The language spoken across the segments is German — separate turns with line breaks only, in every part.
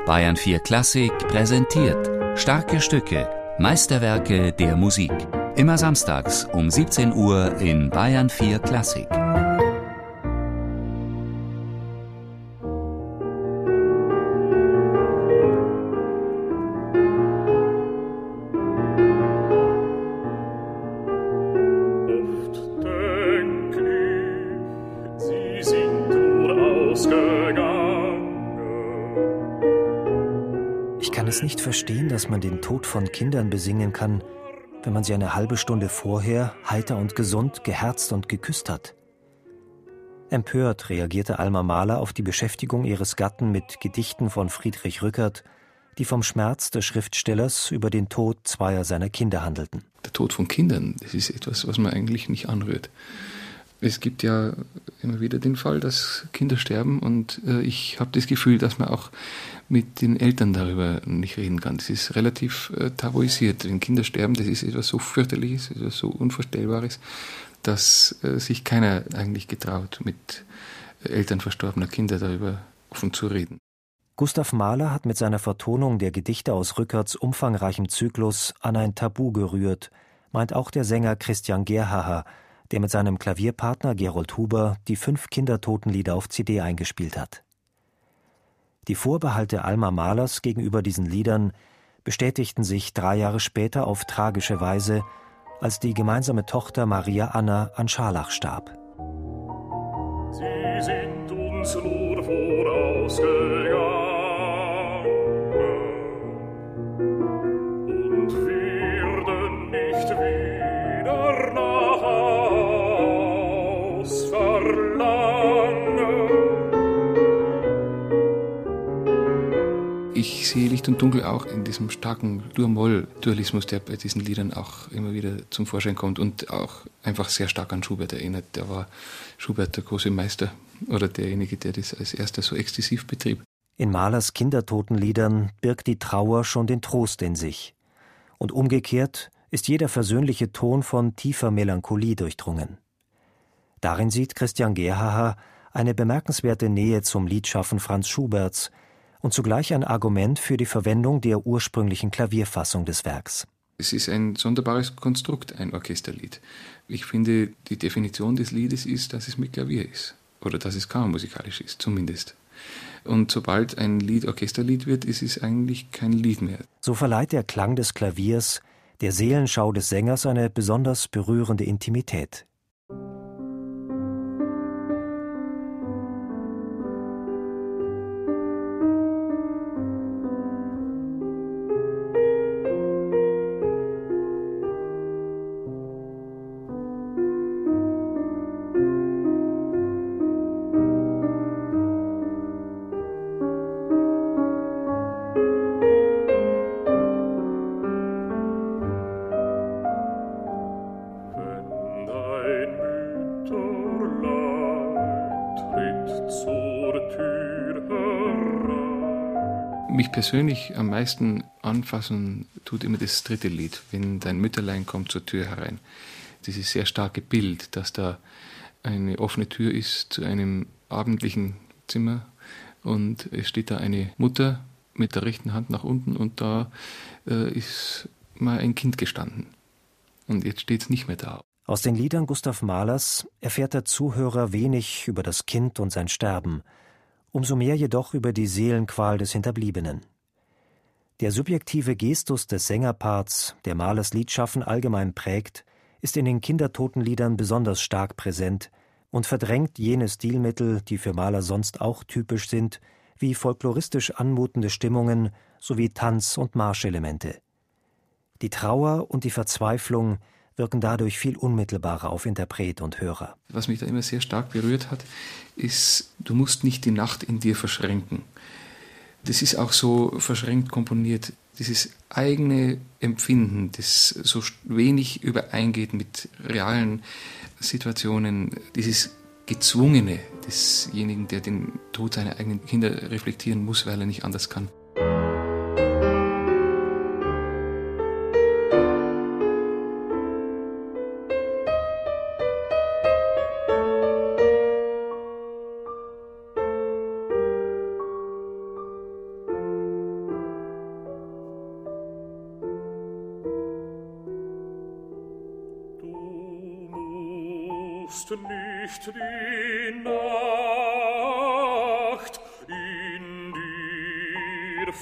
Bayern 4 Klassik präsentiert starke Stücke, Meisterwerke der Musik. Immer samstags um 17 Uhr in Bayern 4 Klassik.
Ich kann es nicht verstehen, dass man den Tod von Kindern besingen kann, wenn man sie eine halbe Stunde vorher heiter und gesund geherzt und geküsst hat. Empört reagierte Alma Mahler auf die Beschäftigung ihres Gatten mit Gedichten von Friedrich Rückert, die vom Schmerz des Schriftstellers über den Tod zweier seiner Kinder handelten.
Der Tod von Kindern, das ist etwas, was man eigentlich nicht anrührt. Es gibt ja immer wieder den Fall, dass Kinder sterben und ich habe das Gefühl, dass man auch mit den Eltern darüber nicht reden kann. Das ist relativ tabuisiert. Wenn Kinder sterben, das ist etwas so fürchterliches, etwas so Unvorstellbares, dass sich keiner eigentlich getraut, mit Eltern verstorbener Kinder darüber offen zu reden.
Gustav Mahler hat mit seiner Vertonung der Gedichte aus Rückerts umfangreichem Zyklus an ein Tabu gerührt, meint auch der Sänger Christian Gerhaher, der mit seinem Klavierpartner Gerold Huber die 5 Kindertotenlieder auf CD eingespielt hat. Die Vorbehalte Alma Mahlers gegenüber diesen Liedern bestätigten sich 3 Jahre später auf tragische Weise, als die gemeinsame Tochter Maria Anna an Scharlach starb.
Sie sind uns nur vorausgegangen und werden nicht wieder nach Haus verlangen.
Ich sehe Licht und Dunkel auch in diesem starken Dur-Moll-Dualismus, der bei diesen Liedern auch immer wieder zum Vorschein kommt und auch einfach sehr stark an Schubert erinnert. Da war Schubert der große Meister oder derjenige, der das als erster so exzessiv betrieb.
In Mahlers Kindertotenliedern birgt die Trauer schon den Trost in sich. Und umgekehrt ist jeder versöhnliche Ton von tiefer Melancholie durchdrungen. Darin sieht Christian Gerhaher eine bemerkenswerte Nähe zum Liedschaffen Franz Schuberts und zugleich ein Argument für die Verwendung der ursprünglichen Klavierfassung des Werks.
Es ist ein sonderbares Konstrukt, ein Orchesterlied. Ich finde, die Definition des Liedes ist, dass es mit Klavier ist. Oder dass es kammermusikalisch ist, zumindest. Und sobald ein Lied Orchesterlied wird, ist es eigentlich kein Lied mehr.
So verleiht der Klang des Klaviers der Seelenschau des Sängers eine besonders berührende Intimität.
Mich persönlich am meisten anfassen tut immer das 3. Lied, wenn dein Mütterlein kommt zur Tür herein. Dieses sehr starke Bild, dass da eine offene Tür ist zu einem abendlichen Zimmer und es steht da eine Mutter mit der rechten Hand nach unten und da ist mal ein Kind gestanden und jetzt steht es nicht mehr da.
Aus den Liedern Gustav Mahlers erfährt der Zuhörer wenig über das Kind und sein Sterben, umso mehr jedoch über die Seelenqual des Hinterbliebenen. Der subjektive Gestus des Sängerparts, der Mahlers Liedschaffen allgemein prägt, ist in den Kindertotenliedern besonders stark präsent und verdrängt jene Stilmittel, die für Mahler sonst auch typisch sind, wie folkloristisch anmutende Stimmungen sowie Tanz- und Marschelemente. Die Trauer und die Verzweiflung wirken dadurch viel unmittelbarer auf Interpret und Hörer.
Was mich da immer sehr stark berührt hat, ist, du musst nicht die Nacht in dir verschränken. Das ist auch so verschränkt komponiert. Dieses eigene Empfinden, das so wenig übereingeht mit realen Situationen, dieses Gezwungene desjenigen, der den Tod seiner eigenen Kinder reflektieren muss, weil er nicht anders kann.
musst nicht die Nacht in dir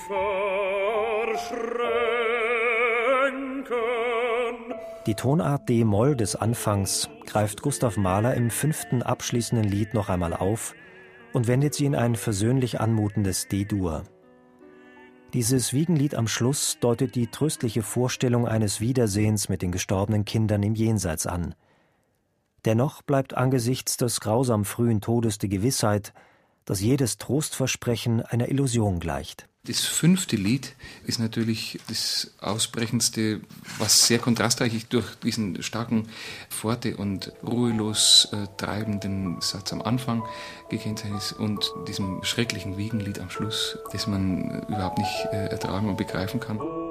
verschränken.
Die Tonart d-Moll des Anfangs greift Gustav Mahler im 5. abschließenden Lied noch einmal auf und wendet sie in ein versöhnlich anmutendes D-Dur. Dieses Wiegenlied am Schluss deutet die tröstliche Vorstellung eines Wiedersehens mit den gestorbenen Kindern im Jenseits an. Dennoch bleibt angesichts des grausam frühen Todes die Gewissheit, dass jedes Trostversprechen einer Illusion gleicht.
Das 5. Lied ist natürlich das Ausprechendste, was sehr kontrastreich durch diesen starken Forte und ruhelos treibenden Satz am Anfang gekennzeichnet ist und diesem schrecklichen Wiegenlied am Schluss, das man überhaupt nicht ertragen und begreifen kann.